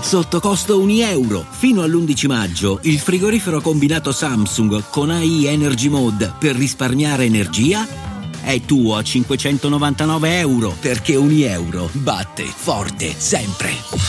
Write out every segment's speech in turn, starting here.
sotto costo €1. Fino all'11 maggio il frigorifero combinato Samsung con AI Energy Mode per risparmiare energia è tuo a €599, perché €1 batte forte sempre.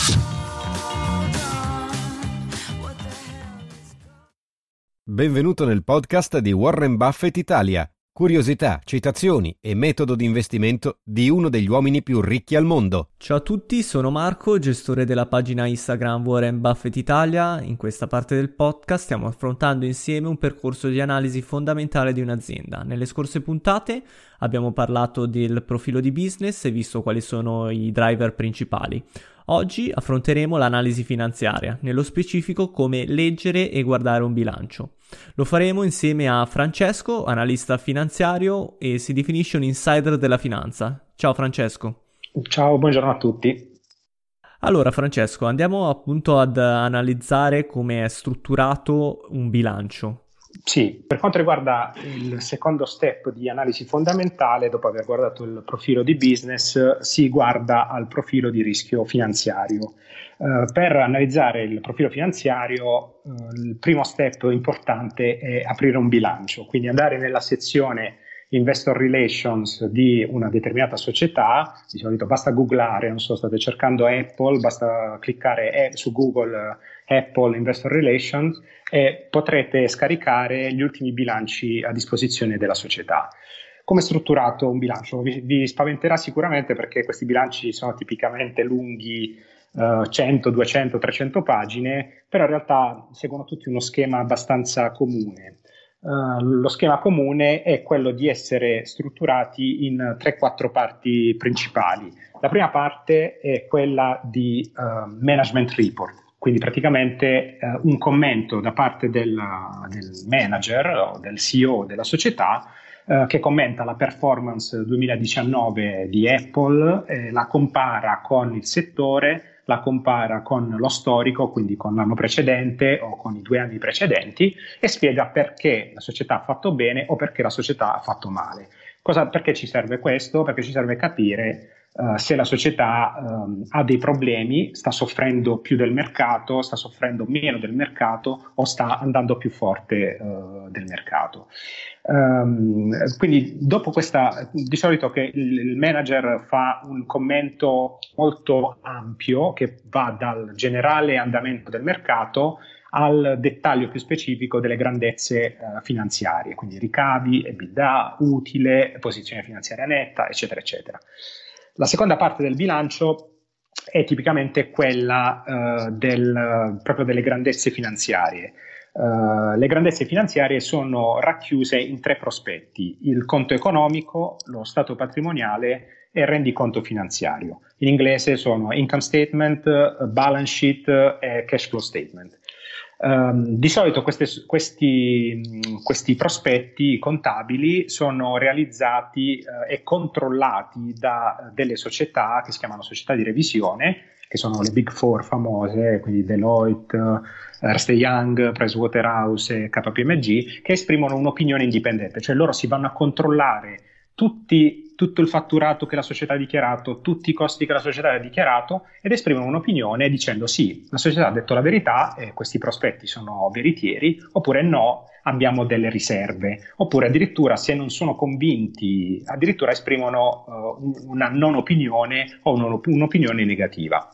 Benvenuto nel podcast di Warren Buffett Italia. Curiosità, citazioni e metodo di investimento di uno degli uomini più ricchi al mondo. Ciao a tutti, sono Marco, gestore della pagina Instagram Warren Buffett Italia. In questa parte del podcast stiamo affrontando insieme un percorso di analisi fondamentale di un'azienda. Nelle scorse puntate abbiamo parlato del profilo di business e visto quali sono i driver principali. Oggi affronteremo l'analisi finanziaria, nello specifico come leggere e guardare un bilancio. Lo faremo insieme a Francesco, analista finanziario e si definisce un insider della finanza. Ciao Francesco. Ciao, buongiorno a tutti. Allora Francesco, andiamo appunto ad analizzare come è strutturato un bilancio. Sì, per quanto riguarda il secondo step di analisi fondamentale, dopo aver guardato il profilo di business, si guarda al profilo di rischio finanziario. Per analizzare il profilo finanziario, il primo step importante è aprire un bilancio, quindi andare nella sezione Investor Relations di una determinata società. Di solito basta googlare, non so, state cercando Apple, basta cliccare su Google Apple Investor Relations e potrete scaricare gli ultimi bilanci a disposizione della società. Come è strutturato un bilancio? Vi spaventerà sicuramente perché questi bilanci sono tipicamente lunghi 100, 200, 300 pagine, però in realtà seguono tutti uno schema abbastanza comune. Lo schema comune è quello di essere strutturati in 3-4 parti principali. La prima parte è quella di management report, quindi praticamente un commento da parte del manager o del CEO della società che commenta la performance 2019 di Apple, la compara con il settore, la compara con lo storico, quindi con l'anno precedente o con i 2 anni precedenti, e spiega perché la società ha fatto bene o perché la società ha fatto male. Perché ci serve questo? Perché ci serve capire se la società ha dei problemi, sta soffrendo più del mercato, sta soffrendo meno del mercato o sta andando più forte del mercato. Quindi dopo questa, di solito che il manager fa un commento molto ampio che va dal generale andamento del mercato al dettaglio più specifico delle grandezze finanziarie, quindi ricavi, EBITDA, utile, posizione finanziaria netta, eccetera, eccetera. La seconda parte del bilancio è tipicamente quella proprio delle grandezze finanziarie. Le grandezze finanziarie sono racchiuse in 3 prospetti: il conto economico, lo stato patrimoniale e il rendiconto finanziario. In inglese sono income statement, balance sheet e cash flow statement. Di solito questi prospetti contabili sono realizzati e controllati da delle società che si chiamano società di revisione, che sono le Big Four famose, quindi Deloitte, Ernst & Young, Pricewaterhouse e KPMG, che esprimono un'opinione indipendente, cioè loro si vanno a controllare tutto il fatturato che la società ha dichiarato, tutti i costi che la società ha dichiarato, ed esprimono un'opinione dicendo sì, la società ha detto la verità e questi prospetti sono veritieri, oppure no, abbiamo delle riserve, oppure addirittura se non sono convinti, addirittura esprimono una non opinione o un'opinione negativa.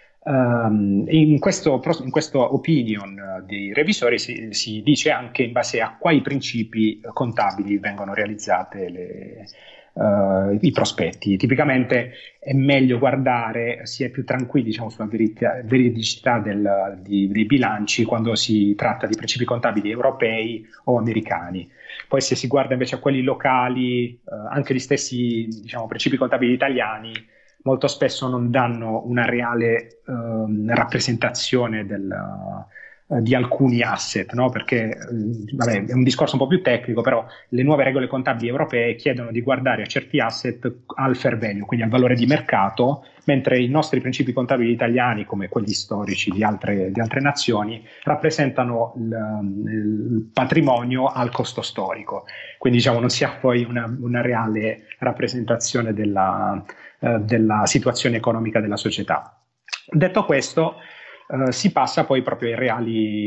In questo opinion dei revisori si dice anche in base a quali principi contabili vengono realizzate i prospetti. Tipicamente è meglio guardare, si è più tranquilli, diciamo, sulla veridicità dei bilanci quando si tratta di principi contabili europei o americani. Poi se si guarda invece a quelli locali, anche gli stessi, diciamo, principi contabili italiani molto spesso non danno una reale rappresentazione di alcuni asset, no? Perché vabbè, è un discorso un po' più tecnico, però le nuove regole contabili europee chiedono di guardare a certi asset al fair value, quindi al valore di mercato, mentre i nostri principi contabili italiani, come quelli storici di altre nazioni, rappresentano il patrimonio al costo storico. Quindi diciamo non si ha poi una reale rappresentazione della situazione economica della società. Detto questo, si passa poi proprio ai reali,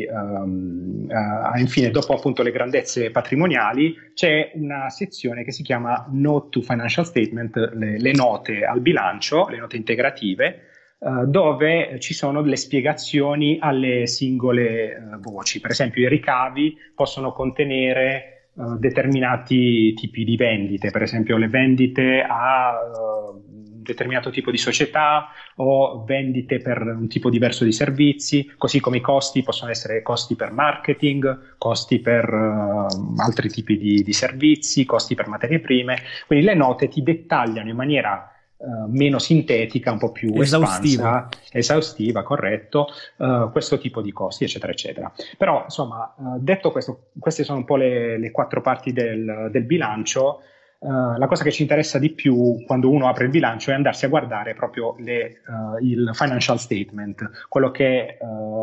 infine, dopo appunto le grandezze patrimoniali, c'è una sezione che si chiama Note to Financial Statement, le note al bilancio, le note integrative, dove ci sono delle spiegazioni alle singole voci. Per esempio, i ricavi possono contenere determinati tipi di vendite, per esempio le vendite a determinato tipo di società o vendite per un tipo diverso di servizi, così come i costi possono essere costi per marketing, costi per altri tipi di servizi, costi per materie prime. Quindi le note ti dettagliano in maniera meno sintetica, un po' più esaustiva, corretto, questo tipo di costi, eccetera, eccetera. Però, insomma, detto questo, queste sono un po' le 4 parti del bilancio. La cosa che ci interessa di più quando uno apre il bilancio è andarsi a guardare proprio il financial statement, quello che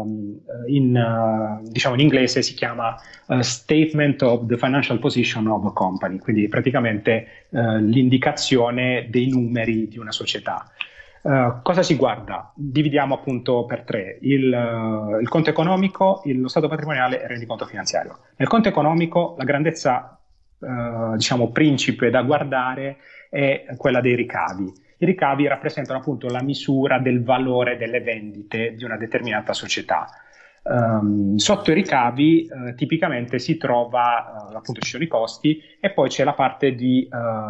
diciamo in inglese si chiama Statement of the Financial Position of a Company, quindi praticamente l'indicazione dei numeri di una società. Cosa si guarda? Dividiamo appunto per 3, il conto economico, lo stato patrimoniale e il rendiconto finanziario. Nel conto economico la grandezza diciamo principe da guardare è quella dei ricavi. I ricavi rappresentano appunto la misura del valore delle vendite di una determinata società. Sotto i ricavi tipicamente si trova appunto ci sono i costi e poi c'è la parte di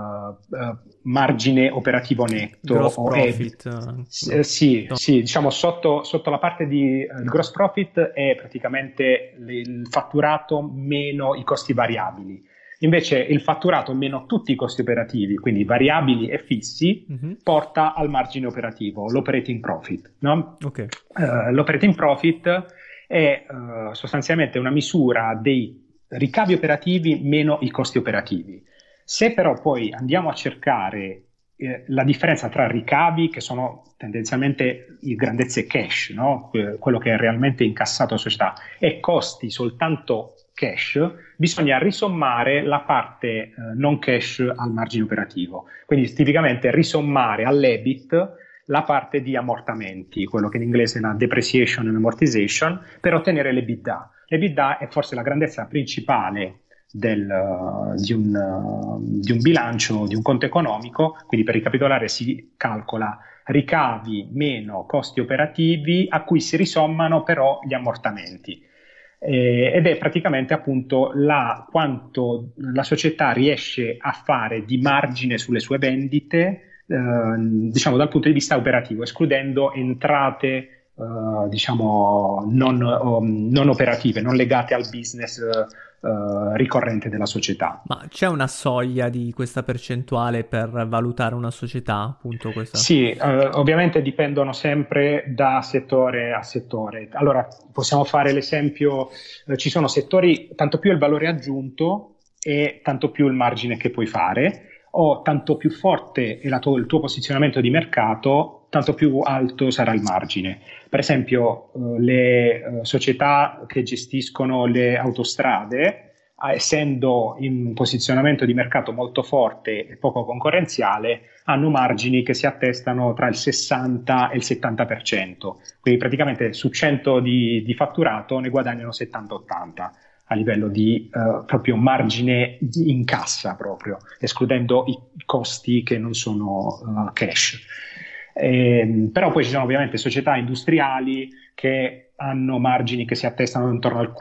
margine operativo netto, gross profit. Sì, diciamo sotto la parte di il gross profit è praticamente il fatturato meno i costi variabili. Invece il fatturato meno tutti i costi operativi, quindi variabili e fissi, porta al margine operativo, l'operating profit, no? Okay. L'operating profit è sostanzialmente una misura dei ricavi operativi meno i costi operativi. Se però poi andiamo a cercare la differenza tra ricavi, che sono tendenzialmente grandezze cash, no? Quello che è realmente incassato alla società, e costi soltanto cash, bisogna risommare la parte non cash al margine operativo. Quindi tipicamente risommare all'EBIT la parte di ammortamenti, quello che in inglese è la depreciation and amortization, per ottenere l'EBITDA. L'EBITDA è forse la grandezza principale di un bilancio, di un conto economico. Quindi per ricapitolare si calcola ricavi meno costi operativi a cui si risommano però gli ammortamenti. Ed è praticamente appunto quanto la società riesce a fare di margine sulle sue vendite, diciamo dal punto di vista operativo, escludendo entrate diciamo non operative, non legate al business ricorrente della società. Ma c'è una soglia di questa percentuale per valutare una società, appunto questa? Sì, ovviamente dipendono sempre da settore a settore. Allora, possiamo fare l'esempio, ci sono settori, tanto più il valore aggiunto e tanto più il margine che puoi fare, o tanto più forte è il tuo posizionamento di mercato, tanto più alto sarà il margine. Per esempio, le società che gestiscono le autostrade, essendo in un posizionamento di mercato molto forte e poco concorrenziale, hanno margini che si attestano tra il 60 e il 70%. Quindi praticamente su 100 di fatturato ne guadagnano 70-80 a livello di proprio margine in cassa, proprio escludendo i costi che non sono cash. Però poi ci sono ovviamente società industriali che hanno margini che si attestano intorno al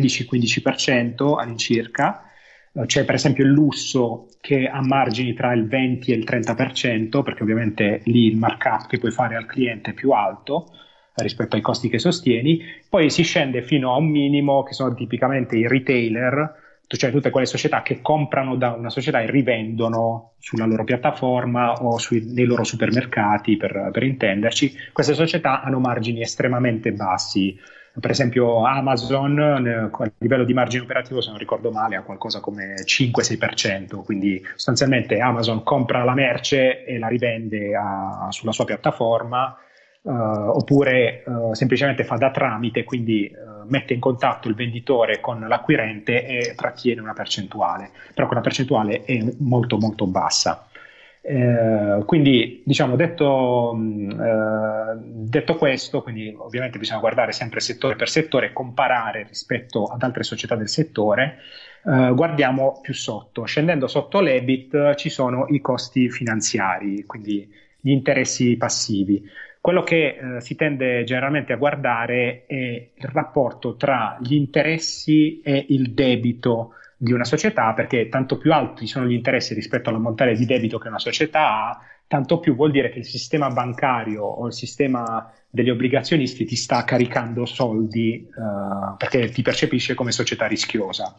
13-15% all'incirca. C'è per esempio il lusso che ha margini tra il 20 e il 30%, perché ovviamente lì il markup che puoi fare al cliente è più alto rispetto ai costi che sostieni. Poi si scende fino a un minimo, che sono tipicamente i retailer, cioè tutte quelle società che comprano da una società e rivendono sulla loro piattaforma o nei loro supermercati, per intenderci. Queste società hanno margini estremamente bassi. Per esempio Amazon a livello di margine operativo, se non ricordo male, ha qualcosa come 5-6%, quindi sostanzialmente Amazon compra la merce e la rivende sulla sua piattaforma, oppure semplicemente fa da tramite, quindi mette in contatto il venditore con l'acquirente e trattiene una percentuale, però quella percentuale è molto molto bassa. Quindi diciamo detto questo, quindi ovviamente bisogna guardare sempre settore per settore, comparare rispetto ad altre società del settore. Guardiamo più sotto, scendendo sotto l'EBIT ci sono i costi finanziari, quindi gli interessi passivi. Quello che si tende generalmente a guardare è il rapporto tra gli interessi e il debito di una società, perché tanto più alti sono gli interessi rispetto all'ammontare di debito che una società ha, tanto più vuol dire che il sistema bancario o il sistema degli obbligazionisti ti sta caricando soldi perché ti percepisce come società rischiosa.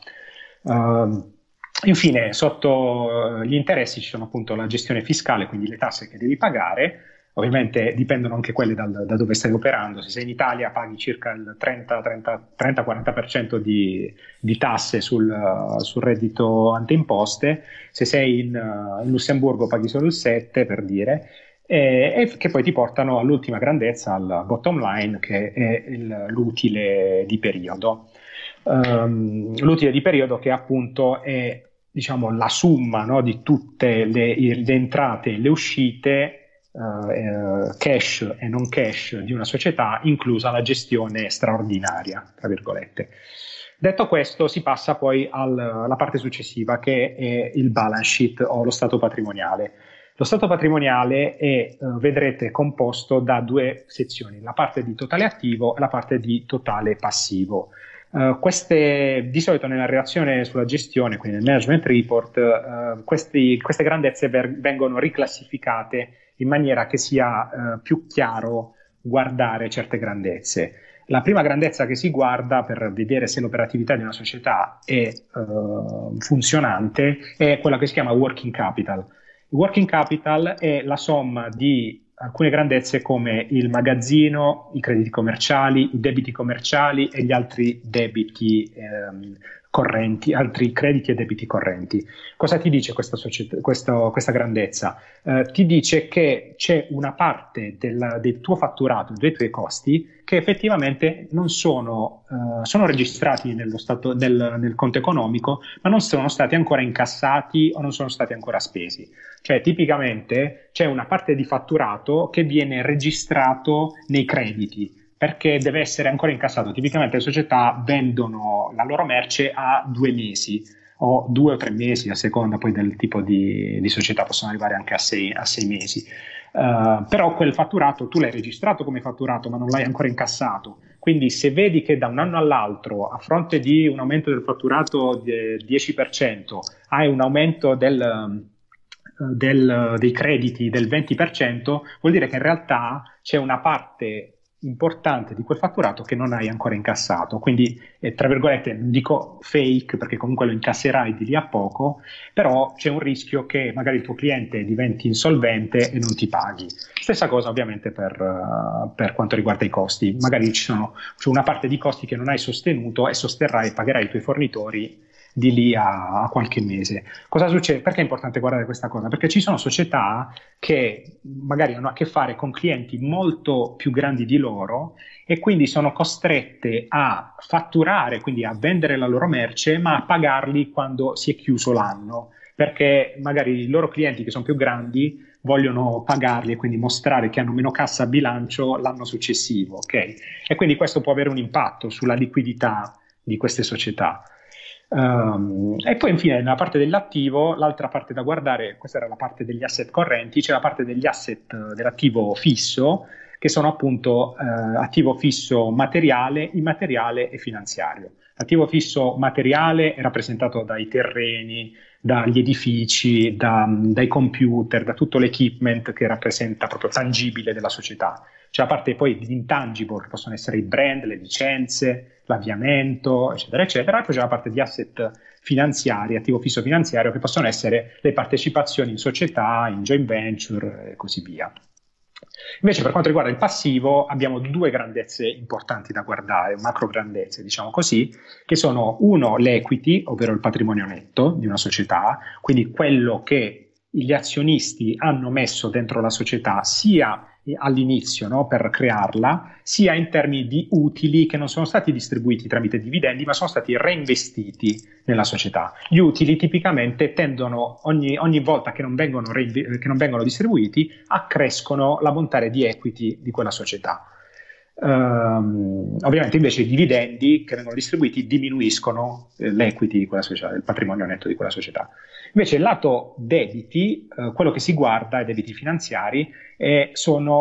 Infine, sotto gli interessi ci sono appunto la gestione fiscale, quindi le tasse che devi pagare. Ovviamente dipendono anche quelle da dove stai operando. Se sei in Italia paghi circa il 30-40% di tasse sul reddito ante imposte, se sei in Lussemburgo paghi solo il 7%, per dire, e che poi ti portano all'ultima grandezza, al bottom line, che è l'utile di periodo. L'utile di periodo che appunto è, diciamo, la somma, no, di tutte le entrate e le uscite, cash e non cash, di una società, inclusa la gestione straordinaria, tra virgolette. Detto questo, si passa poi alla parte successiva, che è il balance sheet o lo stato patrimoniale. Lo stato patrimoniale è, vedrete, composto da due sezioni: la parte di totale attivo e la parte di totale passivo. Queste, di solito nella relazione sulla gestione, quindi nel management report, queste grandezze vengono riclassificate in maniera che sia più chiaro guardare certe grandezze. La prima grandezza che si guarda per vedere se l'operatività di una società è funzionante è quella che si chiama working capital. Il working capital è la somma di alcune grandezze come il magazzino, i crediti commerciali, i debiti commerciali e gli altri debiti correnti, altri crediti e debiti correnti. Cosa ti dice questa grandezza? Ti dice che c'è una parte del tuo fatturato, dei tuoi costi, che effettivamente non sono registrati nel conto economico, ma non sono stati ancora incassati o non sono stati ancora spesi. Cioè, tipicamente c'è una parte di fatturato che viene registrato nei crediti, perché deve essere ancora incassato. Tipicamente le società vendono la loro merce a 2 mesi o 2 o 3 mesi, a seconda poi del tipo di società, possono arrivare anche a 6 mesi. Però quel fatturato tu l'hai registrato come fatturato, ma non l'hai ancora incassato. Quindi se vedi che da un anno all'altro, a fronte di un aumento del fatturato del 10%, hai un aumento dei crediti del 20%, vuol dire che in realtà c'è una parte importante di quel fatturato che non hai ancora incassato. Quindi, tra virgolette, non dico fake, perché comunque lo incasserai di lì a poco, però c'è un rischio che magari il tuo cliente diventi insolvente e non ti paghi. Stessa cosa ovviamente per quanto riguarda i costi. Magari c'è una parte di costi che non hai sostenuto e sosterrai e pagherai i tuoi fornitori di lì a qualche mese. Cosa succede? Perché è importante guardare questa cosa? Perché ci sono società che magari hanno a che fare con clienti molto più grandi di loro e quindi sono costrette a fatturare, quindi a vendere la loro merce, ma a pagarli quando si è chiuso l'anno, perché magari i loro clienti che sono più grandi vogliono pagarli e quindi mostrare che hanno meno cassa a bilancio l'anno successivo, ok? E quindi questo può avere un impatto sulla liquidità di queste società. E poi infine nella parte dell'attivo, l'altra parte da guardare, questa era la parte degli asset correnti, c'è la parte degli asset dell'attivo fisso, che sono appunto attivo fisso materiale, immateriale e finanziario. L'attivo fisso materiale è rappresentato dai terreni, dagli edifici, dai computer, da tutto l'equipment che rappresenta proprio tangibile della società. C'è la parte poi di intangible, che possono essere i brand, le licenze, l'avviamento, eccetera, eccetera. E poi c'è la parte di asset finanziari, attivo fisso finanziario, che possono essere le partecipazioni in società, in joint venture e così via. Invece per quanto riguarda il passivo abbiamo 2 grandezze importanti da guardare, macro grandezze diciamo così, che sono uno l'equity, ovvero il patrimonio netto di una società, quindi quello che gli azionisti hanno messo dentro la società sia all'inizio, no, per crearla, sia in termini di utili che non sono stati distribuiti tramite dividendi, ma sono stati reinvestiti nella società. Gli utili tipicamente tendono, ogni volta che non vengono distribuiti, accrescono la bontà di equity di quella società. Ovviamente invece i dividendi che vengono distribuiti diminuiscono l'equity di quella società, il patrimonio netto di quella società. Invece il lato debiti, quello che si guarda, i debiti finanziari, è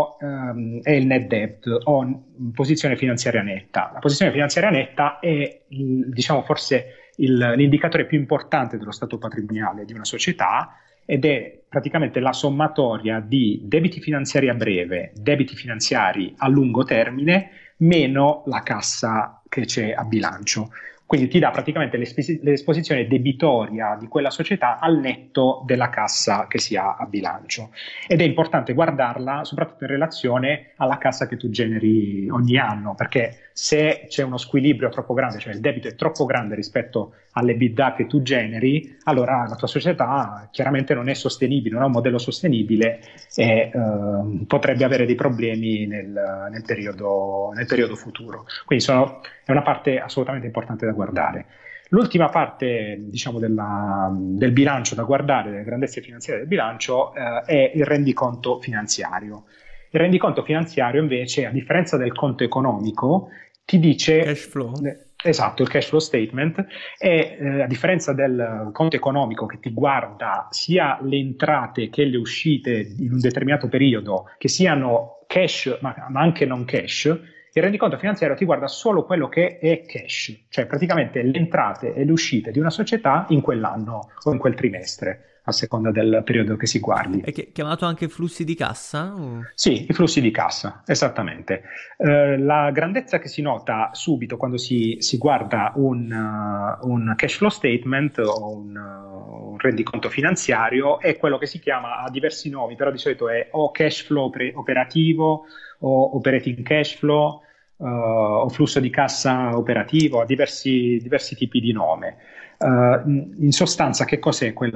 il net debt o posizione finanziaria netta. La posizione finanziaria netta è, diciamo, forse l'indicatore più importante dello stato patrimoniale di una società, ed è praticamente la sommatoria di debiti finanziari a breve, debiti finanziari a lungo termine, meno la cassa che c'è a bilancio. Quindi ti dà praticamente l'esposizione debitoria di quella società al netto della cassa che si ha a bilancio. Ed è importante guardarla soprattutto in relazione alla cassa che tu generi ogni anno, perché se c'è uno squilibrio troppo grande, cioè il debito è troppo grande rispetto all'EBITDA che tu generi, allora la tua società chiaramente non è sostenibile, non è un modello sostenibile e potrebbe avere dei problemi nel periodo futuro. Quindi è una parte assolutamente importante da guardare. L'ultima parte, diciamo, del bilancio da guardare, delle grandezze finanziarie del bilancio, è il rendiconto finanziario. Il rendiconto finanziario invece, a differenza del conto economico, ti dice... Cash flow. Esatto, il cash flow statement, e a differenza del conto economico che ti guarda sia le entrate che le uscite in un determinato periodo, che siano cash ma anche non cash, il rendiconto finanziario ti guarda solo quello che è cash, cioè praticamente le entrate e le uscite di una società in quell'anno o in quel trimestre, a seconda del periodo che si guardi. È chiamato anche flussi di cassa? Sì, i flussi di cassa, esattamente. La grandezza che si nota subito quando si guarda un cash flow statement o un rendiconto finanziario è quello che si chiama, ha diversi nomi, però di solito è o cash flow operativo o operating cash flow o flusso di cassa operativo, ha diversi tipi di nome. In sostanza, che cos'è quel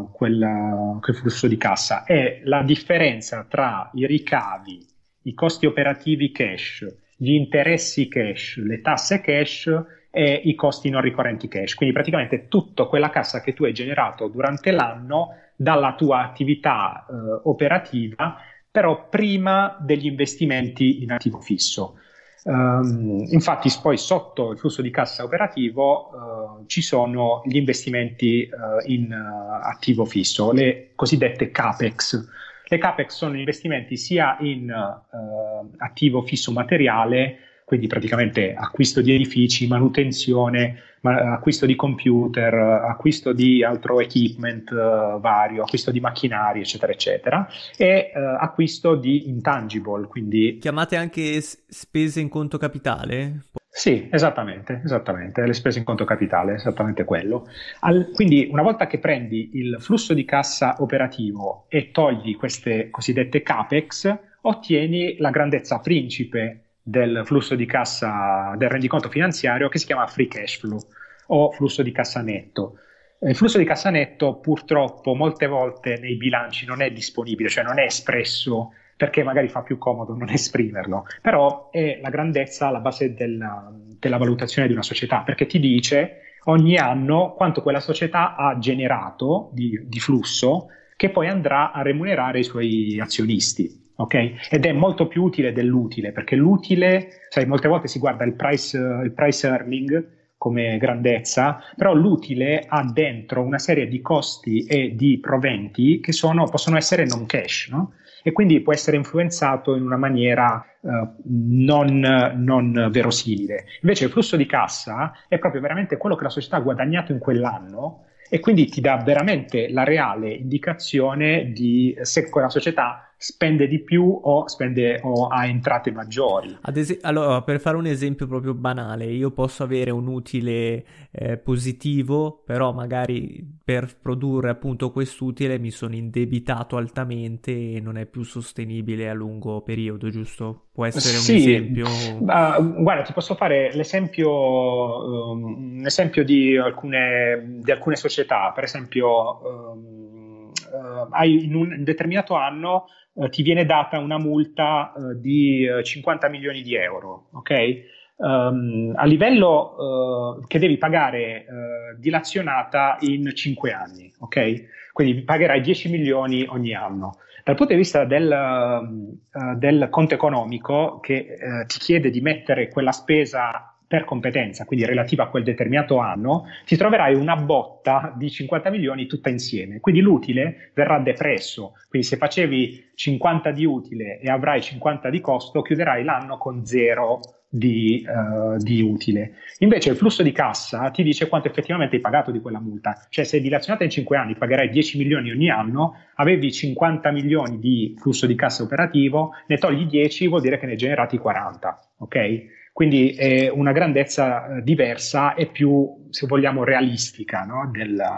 flusso di cassa? È la differenza tra i ricavi, i costi operativi cash, gli interessi cash, le tasse cash e i costi non ricorrenti cash. Quindi praticamente tutta quella cassa che tu hai generato durante l'anno dalla tua attività operativa, però prima degli investimenti in attivo fisso. Infatti poi sotto il flusso di cassa operativo ci sono gli investimenti in attivo fisso, le cosiddette CAPEX. Le CAPEX sono investimenti sia in attivo fisso materiale, quindi praticamente acquisto di edifici, manutenzione, acquisto di computer, acquisto di altro equipment vario, acquisto di macchinari, eccetera, eccetera, e acquisto di intangible, quindi... Chiamate anche spese in conto capitale? Sì, esattamente, le spese in conto capitale, esattamente quello. Quindi una volta che prendi il flusso di cassa operativo e togli queste cosiddette CAPEX, ottieni la grandezza principe del flusso di cassa del rendiconto finanziario, che si chiama free cash flow o flusso di cassa netto. Il flusso di cassa netto purtroppo molte volte nei bilanci non è disponibile, cioè non è espresso, perché magari fa più comodo non esprimerlo, però è la grandezza alla base della valutazione di una società, perché ti dice ogni anno quanto quella società ha generato di flusso, che poi andrà a remunerare i suoi azionisti. Okay? Ed è molto più utile dell'utile, perché l'utile, sai, molte volte si guarda il price earning come grandezza, però l'utile ha dentro una serie di costi e di proventi che possono essere non cash, no? E quindi può essere influenzato in una maniera non verosimile. Invece il flusso di cassa è proprio veramente quello che la società ha guadagnato in quell'anno, e quindi ti dà veramente la reale indicazione di se quella società spende di più o ha entrate maggiori. Allora, per fare un esempio proprio banale, io posso avere un utile positivo, però magari per produrre appunto quest'utile mi sono indebitato altamente e non è più sostenibile a lungo periodo, giusto? Può essere un esempio? Guarda, ti posso fare un esempio di alcune società. Per esempio, in un determinato anno ti viene data una multa di 50 milioni di euro, ok? A livello che devi pagare dilazionata in 5 anni, ok? Quindi pagherai 10 milioni ogni anno. Dal punto di vista del conto economico, che ti chiede di mettere quella spesa per competenza, quindi relativa a quel determinato anno, ti troverai una botta di 50 milioni tutta insieme. Quindi l'utile verrà depresso. Quindi se facevi 50 di utile e avrai 50 di costo, chiuderai l'anno con 0 di utile. Invece il flusso di cassa ti dice quanto effettivamente hai pagato di quella multa. Cioè, se dilazionata in 5 anni pagherai 10 milioni ogni anno, avevi 50 milioni di flusso di cassa operativo, ne togli 10, vuol dire che ne hai generati 40, ok? Quindi è una grandezza diversa e più, se vogliamo, realistica, no?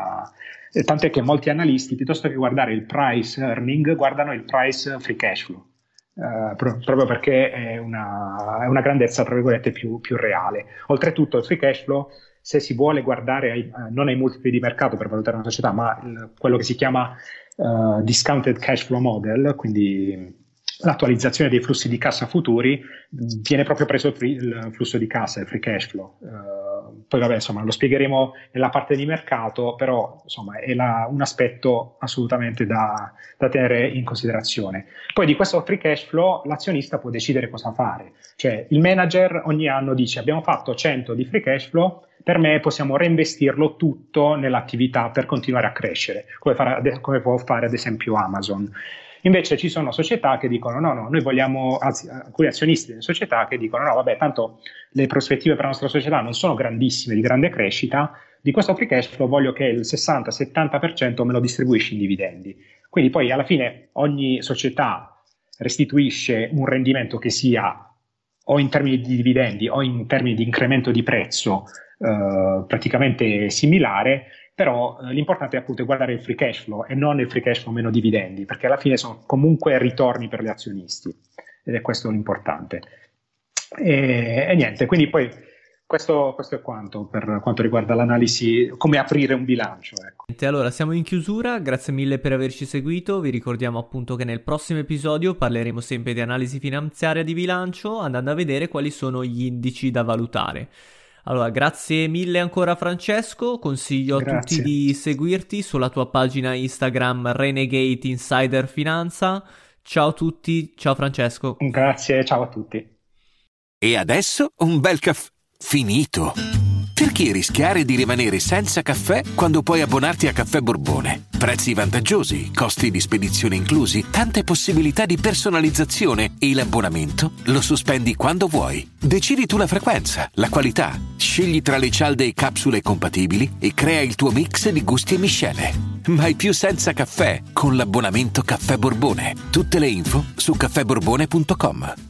Tant'è che molti analisti, piuttosto che guardare il price earning, guardano il price free cash flow, proprio perché è una grandezza, tra virgolette, più reale. Oltretutto il free cash flow, se si vuole guardare non ai multipli di mercato per valutare una società, ma quello che si chiama discounted cash flow model, quindi l'attualizzazione dei flussi di cassa futuri, viene proprio preso il flusso di cassa, il free cash flow. Poi vabbè, insomma, lo spiegheremo nella parte di mercato, però insomma è un aspetto assolutamente da tenere in considerazione. Poi di questo free cash flow l'azionista può decidere cosa fare. Cioè il manager ogni anno dice: abbiamo fatto 100 di free cash flow, per me possiamo reinvestirlo tutto nell'attività per continuare a crescere, come può fare ad esempio Amazon. Invece ci sono società che dicono no, noi vogliamo, anzi alcuni azionisti delle società che dicono no, vabbè, tanto le prospettive per la nostra società non sono grandissime, di grande crescita, di questo free cash flow voglio che il 60-70% me lo distribuisci in dividendi. Quindi poi alla fine ogni società restituisce un rendimento che sia o in termini di dividendi o in termini di incremento di prezzo praticamente similare. Però l'importante è appunto guardare il free cash flow e non il free cash flow meno dividendi, perché alla fine sono comunque ritorni per gli azionisti, ed è questo l'importante. E niente, quindi poi questo è quanto per quanto riguarda l'analisi, come aprire un bilancio. Ecco. Allora, siamo in chiusura, grazie mille per averci seguito, vi ricordiamo appunto che nel prossimo episodio parleremo sempre di analisi finanziaria di bilancio, andando a vedere quali sono gli indici da valutare. Allora, grazie mille ancora Francesco, consiglio a tutti di seguirti sulla tua pagina Instagram Renegade Insider Finanza. Ciao a tutti, ciao Francesco. Grazie, ciao a tutti. E adesso un bel caffè finito. Perché rischiare di rimanere senza caffè quando puoi abbonarti a Caffè Borbone? Prezzi vantaggiosi, costi di spedizione inclusi, tante possibilità di personalizzazione e l'abbonamento lo sospendi quando vuoi. Decidi tu la frequenza, la qualità, scegli tra le cialde e capsule compatibili e crea il tuo mix di gusti e miscele. Mai più senza caffè con l'abbonamento Caffè Borbone. Tutte le info su caffèborbone.com.